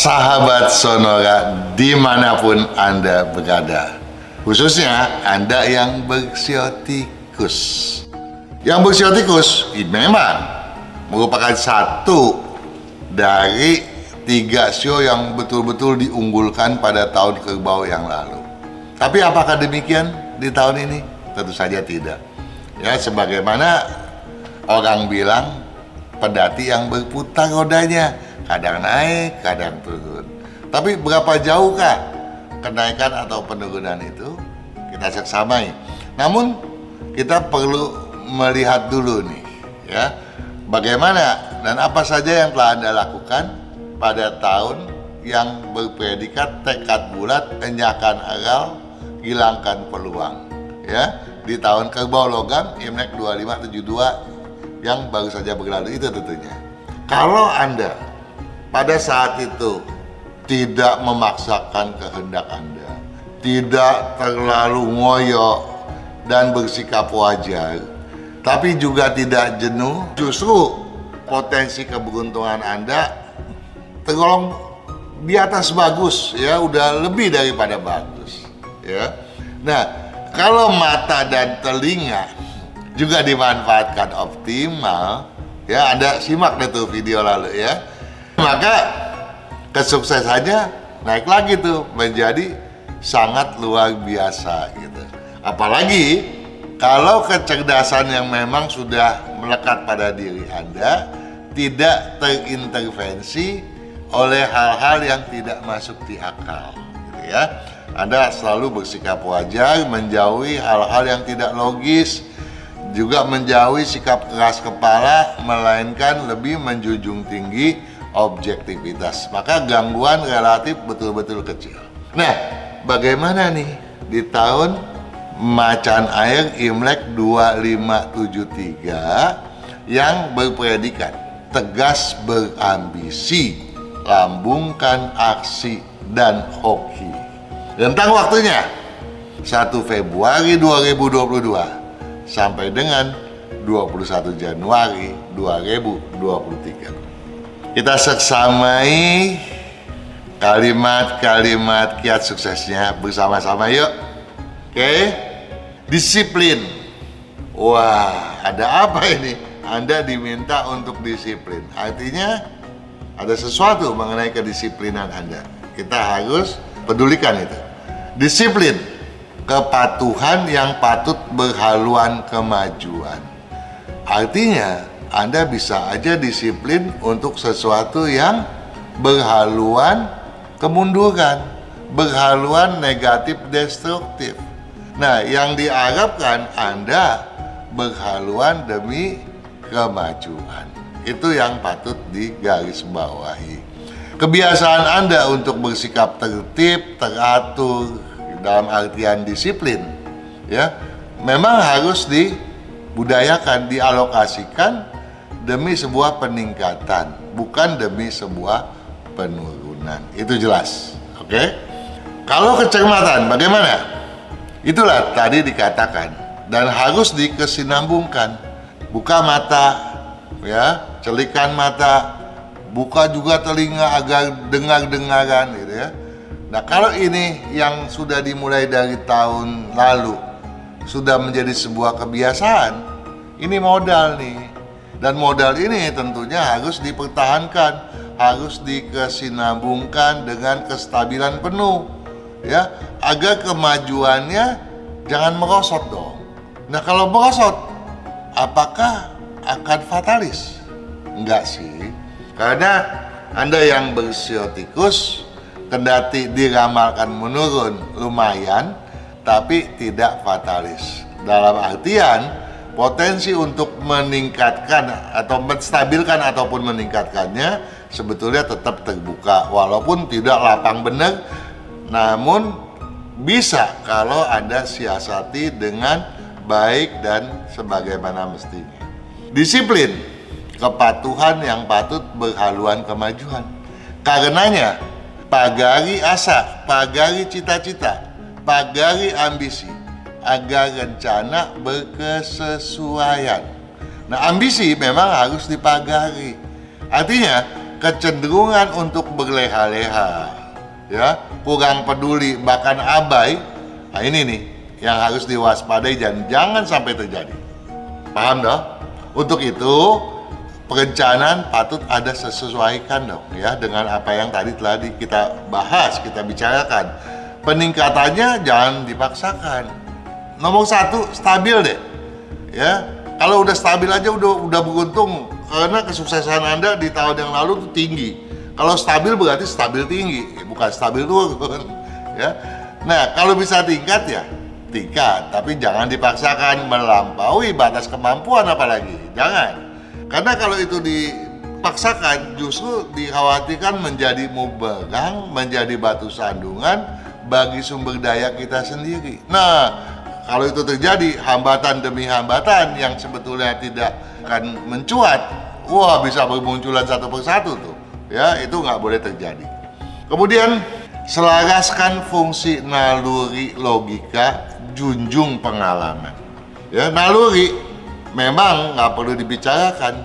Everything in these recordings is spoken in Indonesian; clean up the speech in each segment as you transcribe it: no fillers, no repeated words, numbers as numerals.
sahabat Sonora dimanapun Anda berada, khususnya Anda yang bersiotikus. Yang bersiotikus memang merupakan satu dari 3 show yang betul-betul diunggulkan pada tahun kerbau yang lalu. Tapi apakah demikian di tahun ini? Tentu saja tidak. Ya, sebagaimana orang bilang, pedati yang berputar rodanya, kadang naik, kadang turun. Tapi berapa jauhkah kenaikan atau penurunan itu? Kita seksamai. Namun kita perlu melihat dulu nih, ya, bagaimana dan apa saja yang telah Anda lakukan pada tahun yang berpredikat tekad bulat, enyakan aral, hilangkan peluang. Ya, di tahun kerbau logam Imlek 2572 yang baru saja berlalu itu tentunya. Kalau Anda pada saat itu tidak memaksakan kehendak Anda, tidak terlalu ngoyo dan bersikap wajar, tapi juga tidak jenuh, justru potensi keberuntungan Anda tergolong di atas bagus, ya, udah lebih daripada bagus, ya. Nah, kalau mata dan telinga juga dimanfaatkan optimal, ya, Anda simak deh tuh video lalu, ya, maka kesuksesannya naik lagi tuh menjadi sangat luar biasa gitu. Apalagi kalau kecerdasan yang memang sudah melekat pada diri Anda tidak terintervensi oleh hal-hal yang tidak masuk di akal, gitu ya. Anda selalu bersikap wajar, menjauhi hal-hal yang tidak logis, juga menjauhi sikap keras kepala, melainkan lebih menjunjung tinggi objektivitas. Maka gangguan relatif betul-betul kecil. Nah, bagaimana nih di tahun macan air Imlek 2573 yang berpredikat tegas berambisi, lambungkan aksi dan hoki. Rentang waktunya 1 Februari 2022 sampai dengan 21 Januari 2023. Kita seksamai kalimat-kalimat kiat suksesnya bersama-sama yuk. Oke? Disiplin. Wah, ada apa ini? Anda diminta untuk disiplin. Artinya ada sesuatu mengenai kedisiplinan Anda. Kita harus pedulikan itu. Disiplin, kepatuhan yang patut berhaluan kemajuan. Artinya Anda bisa aja disiplin untuk sesuatu yang berhaluan kemunduran, berhaluan negatif destruktif. Nah, yang diharapkan Anda berhaluan demi kemajuan. Itu yang patut digarisbawahi. Kebiasaan Anda untuk bersikap tertib, teratur, dalam artian disiplin, ya, memang harus dibudayakan, dialokasikan demi sebuah peningkatan, bukan demi sebuah penurunan. Itu jelas, oke? Kalau kecermatan, bagaimana? Itulah tadi dikatakan, dan harus dikesinambungkan. Buka mata, ya, celikan mata, buka juga telinga agar dengar-dengaran, gitu ya. Nah, kalau ini yang sudah dimulai dari tahun lalu sudah menjadi sebuah kebiasaan, ini modal nih. Dan modal ini tentunya harus dipertahankan, harus dikesinambungkan dengan kestabilan penuh, ya, agar kemajuannya jangan merosot dong. Nah, kalau merosot, apakah akan fatalis? Enggak sih. Karena Anda yang bersiotikus, kendati diramalkan menurun lumayan, tapi tidak fatalis. Dalam artian potensi untuk meningkatkan atau menstabilkan ataupun meningkatkannya sebetulnya tetap terbuka, walaupun tidak lapang benar, namun bisa kalau Anda siasati dengan baik dan sebagaimana mestinya. Disiplin, kepatuhan yang patut berhaluan kemajuan. Karenanya pagari asa, pagari cita-cita, pagari ambisi, agar rencana berkesesuaian. Nah, ambisi memang harus dipagari. Artinya, kecenderungan untuk berleha-leha, ya, kurang peduli, bahkan abai. Nah ini nih yang harus diwaspadai dan jangan sampai terjadi. Paham dong? Untuk itu perencanaan patut ada sesuaikan dong ya dengan apa yang tadi telah kita bahas, kita bicarakan. Peningkatannya jangan dipaksakan. Nomor satu, stabil deh. Ya, kalau udah stabil aja udah beruntung karena kesuksesan Anda di tahun yang lalu tuh tinggi. Kalau stabil berarti stabil tinggi, bukan stabil turun. Ya. Nah, kalau bisa tingkat ya tingkat, tapi jangan dipaksakan melampaui batas kemampuan apalagi. Jangan. Karena kalau itu dipaksakan justru dikhawatirkan menjadi bumerang, menjadi batu sandungan bagi sumber daya kita sendiri. Nah, kalau itu terjadi, hambatan demi hambatan yang sebetulnya tidak akan mencuat, wah bisa bermunculan satu persatu tuh. Ya, itu nggak boleh terjadi. Kemudian, selaraskan fungsi naluri logika, junjung pengalaman. Ya, naluri memang nggak perlu dibicarakan.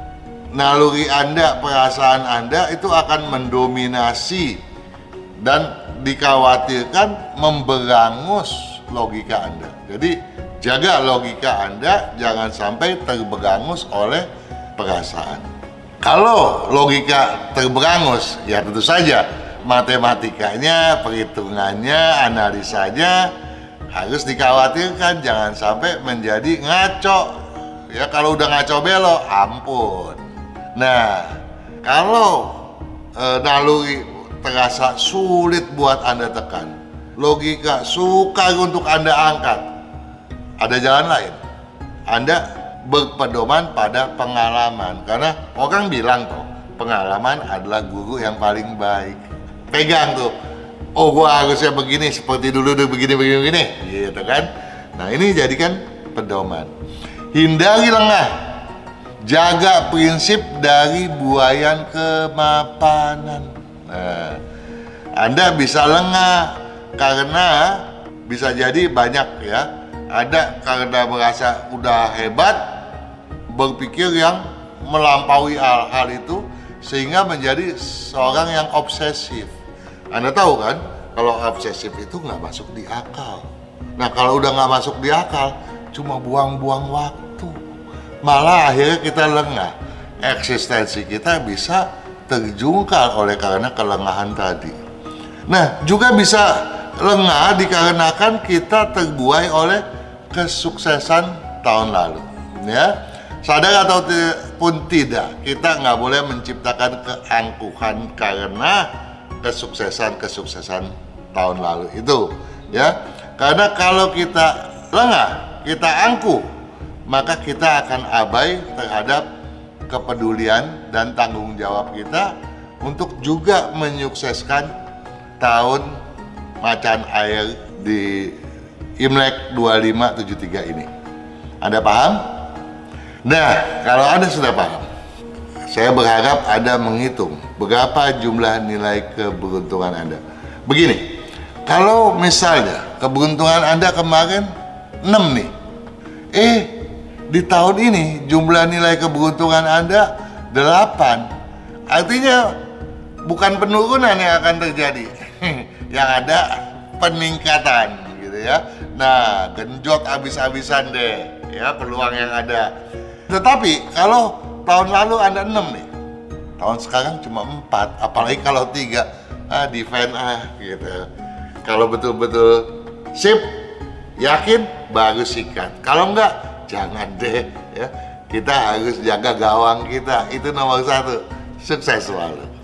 Naluri Anda, perasaan Anda itu akan mendominasi dan dikhawatirkan memberangus logika Anda. Jadi jaga logika Anda jangan sampai terberangus oleh perasaan. Kalau logika terberangus, ya tentu saja matematikanya, perhitungannya, analisanya harus dikhawatirkan jangan sampai menjadi ngaco. Ya kalau udah ngaco belok, ampun. Nah, kalau naluri terasa sulit buat Anda tekan, logika sukar untuk Anda angkat, ada jalan lain. Anda berpedoman pada pengalaman, karena orang bilang tuh pengalaman adalah guru yang paling baik. Pegang tuh, oh gua harusnya begini, seperti dulu begini, gitu kan. Nah ini jadikan pedoman. Hindari lengah, jaga prinsip dari buayan kemapanan. Nah, Anda bisa lengah karena bisa jadi banyak ya. Ada karena merasa udah hebat, berpikir yang melampaui hal itu sehingga menjadi seorang yang obsesif. Anda tahu kan, kalau obsesif itu nggak masuk di akal. Nah kalau udah nggak masuk di akal, cuma buang-buang waktu. Malah akhirnya kita lengah. Eksistensi kita bisa terjungkal oleh karena kelengahan tadi. Nah, juga bisa lengah dikarenakan kita terbuai oleh kesuksesan tahun lalu. Ya, sadar ataupun tidak, kita nggak boleh menciptakan keangkuhan karena kesuksesan tahun lalu itu. Ya, karena kalau kita lengah, kita angkuh, maka kita akan abai terhadap kepedulian dan tanggung jawab kita untuk juga menyukseskan tahun macan air di Imlek 2573 ini. Anda paham? Nah, kalau Anda sudah paham, saya berharap Anda menghitung berapa jumlah nilai keberuntungan Anda. Begini, kalau misalnya keberuntungan Anda kemarin 6 nih, di tahun ini jumlah nilai keberuntungan Anda 8. Artinya bukan penurunan yang akan terjadi. Yang ada peningkatan gitu ya. Nah, genjot habis-habisan deh ya peluang yang ada. Tetapi kalau tahun lalu Anda 6 nih, tahun sekarang cuma 4, apalagi kalau 3, defend gitu. Kalau betul-betul sip, yakin, baru sikat. Kalau enggak, jangan deh ya. Kita harus jaga gawang kita, itu nomor 1. Sukses selalu.